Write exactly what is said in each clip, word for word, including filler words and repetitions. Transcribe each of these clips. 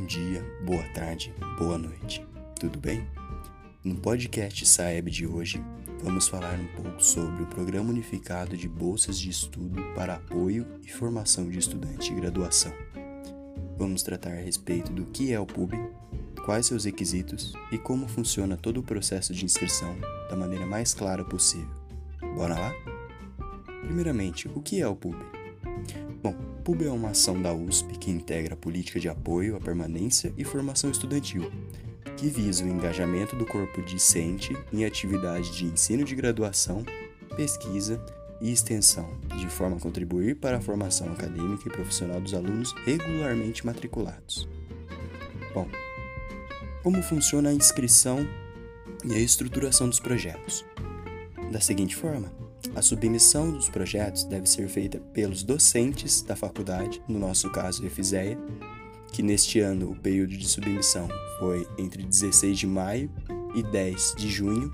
dia, boa tarde, boa noite. Tudo bem? No podcast Saeb de hoje, vamos falar um pouco sobre o Programa Unificado de Bolsas de Estudo para Apoio e Formação de Estudante de Graduação. Vamos tratar a respeito do que é o P U B, quais seus requisitos e como funciona todo o processo de inscrição da maneira mais clara possível. Bora lá? Primeiramente, o que é o P U B? Bom, o P U B é uma ação da U S P que integra a política de apoio à permanência e formação estudantil, que visa o engajamento do corpo discente em atividades de ensino de graduação, pesquisa e extensão, de forma a contribuir para a formação acadêmica e profissional dos alunos regularmente matriculados. Bom, como funciona a inscrição e a estruturação dos projetos? Da seguinte forma: a submissão dos projetos deve ser feita pelos docentes da faculdade, no nosso caso, EFISEA, que neste ano o período de submissão foi entre dezesseis de maio e dez de junho,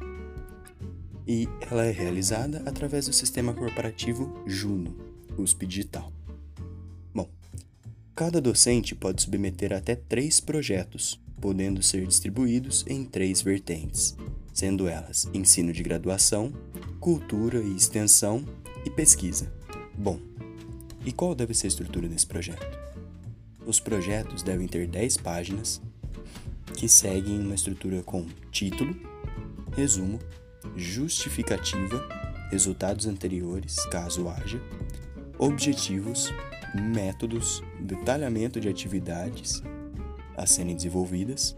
e ela é realizada através do sistema corporativo Juno, U S P Digital. Bom, cada docente pode submeter até três projetos, podendo ser distribuídos em três vertentes, sendo elas ensino de graduação, cultura e extensão e pesquisa. Bom, e qual deve ser a estrutura desse projeto? Os projetos devem ter dez páginas, que seguem uma estrutura com título, resumo, justificativa, resultados anteriores, caso haja, objetivos, métodos, detalhamento de atividades a serem desenvolvidas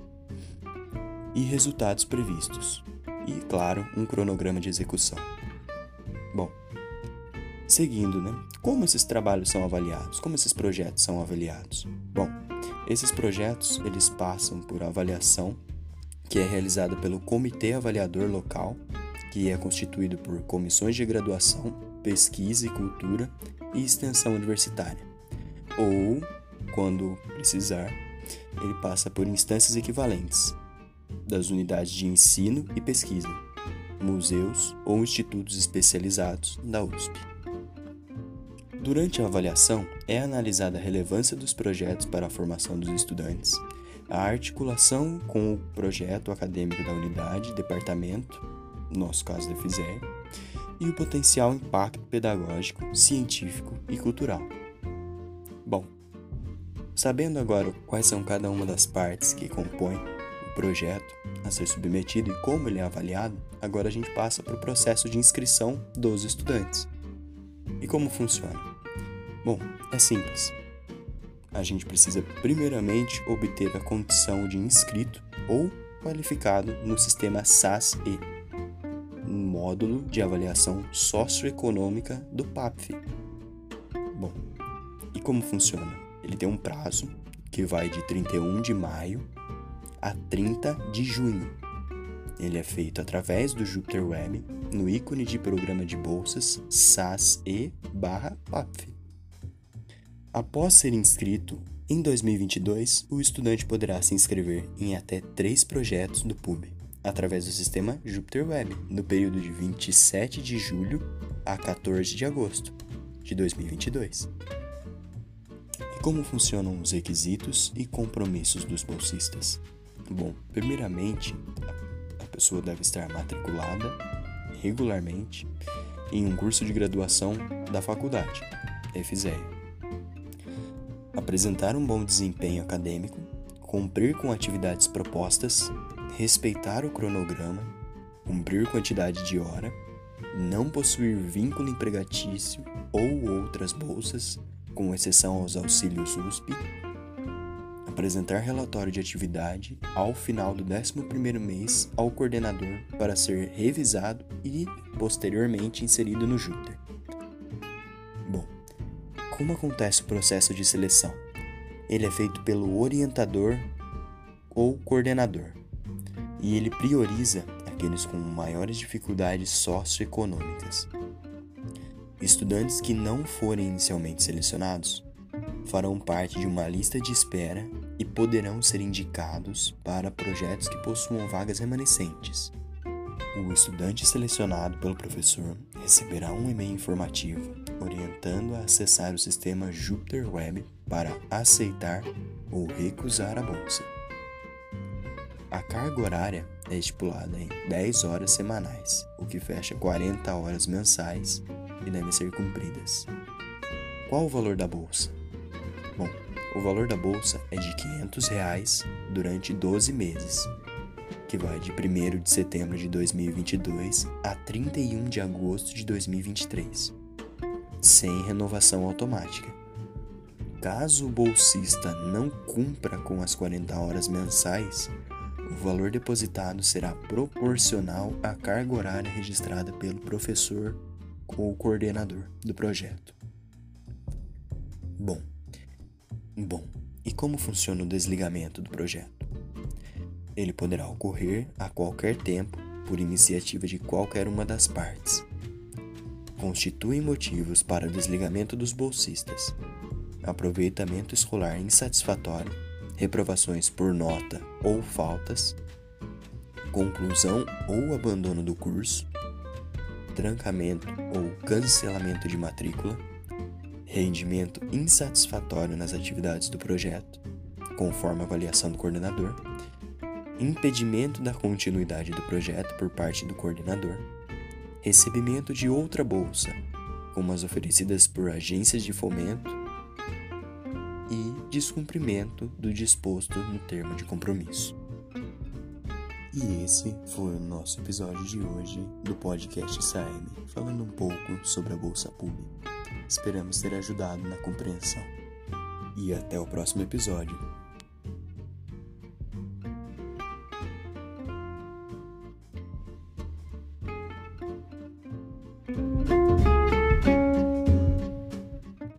e resultados previstos. E, claro, um cronograma de execução. Bom, seguindo, né? Como esses trabalhos são avaliados? Como esses projetos são avaliados? Bom, esses projetos, eles passam por avaliação, que é realizada pelo Comitê Avaliador Local, que é constituído por comissões de graduação, pesquisa e cultura e extensão universitária. Ou, quando precisar, ele passa por instâncias equivalentes das unidades de ensino e pesquisa, museus ou institutos especializados da U S P. Durante a avaliação, é analisada a relevância dos projetos para a formação dos estudantes, a articulação com o projeto acadêmico da unidade, departamento, no nosso caso da EFISEA, e o potencial impacto pedagógico, científico e cultural. Bom, sabendo agora quais são cada uma das partes que compõem projeto a ser submetido e como ele é avaliado, agora a gente passa para o processo de inscrição dos estudantes. E como funciona? Bom, é simples. A gente precisa primeiramente obter a condição de inscrito ou qualificado no sistema S A S-E, um módulo de avaliação socioeconômica do P A P F. Bom, e como funciona? Ele tem um prazo que vai de trinta e um de maio a trinta de junho. Ele é feito através do Jupyter Web no ícone de programa de bolsas S A S-E barra P A P F. Após ser inscrito, em dois mil e vinte e dois, o estudante poderá se inscrever em até três projetos do P U B, através do sistema Jupyter Web, no período de vinte e sete de julho a quatorze de agosto de dois mil e vinte e dois. E como funcionam os requisitos e compromissos dos bolsistas? Bom, primeiramente, a pessoa deve estar matriculada regularmente em um curso de graduação da faculdade, EFISEA. Apresentar um bom desempenho acadêmico, cumprir com atividades propostas, respeitar o cronograma, cumprir quantidade de hora, não possuir vínculo empregatício ou outras bolsas, com exceção aos auxílios U S P, apresentar relatório de atividade ao final do décimo primeiro mês ao coordenador para ser revisado e, posteriormente, inserido no Jupyter. Bom, como acontece o processo de seleção? Ele é feito pelo orientador ou coordenador, e ele prioriza aqueles com maiores dificuldades socioeconômicas. Estudantes que não forem inicialmente selecionados farão parte de uma lista de espera e poderão ser indicados para projetos que possuam vagas remanescentes. O estudante selecionado pelo professor receberá um e-mail informativo orientando a acessar o sistema Jupyter Web para aceitar ou recusar a bolsa. A carga horária é estipulada em dez horas semanais, o que fecha quarenta horas mensais e devem ser cumpridas. Qual o valor da bolsa? Bom, o valor da bolsa é de quinhentos reais durante doze meses, que vai de primeiro de setembro de dois mil e vinte e dois a trinta e um de agosto de dois mil e vinte e três, sem renovação automática. Caso o bolsista não cumpra com as quarenta horas mensais, o valor depositado será proporcional à carga horária registrada pelo professor ou coordenador do projeto. Bom, bom, e como funciona o desligamento do projeto? Ele poderá ocorrer a qualquer tempo por iniciativa de qualquer uma das partes. Constituem motivos para o desligamento dos bolsistas: aproveitamento escolar insatisfatório, reprovações por nota ou faltas, conclusão ou abandono do curso, trancamento ou cancelamento de matrícula, rendimento insatisfatório nas atividades do projeto, conforme a avaliação do coordenador, impedimento da continuidade do projeto por parte do coordenador, recebimento de outra bolsa, como as oferecidas por agências de fomento, e descumprimento do disposto no termo de compromisso. E esse foi o nosso episódio de hoje do podcast S A E B, falando um pouco sobre a Bolsa Pública. Esperamos ter ajudado na compreensão. E até o próximo episódio.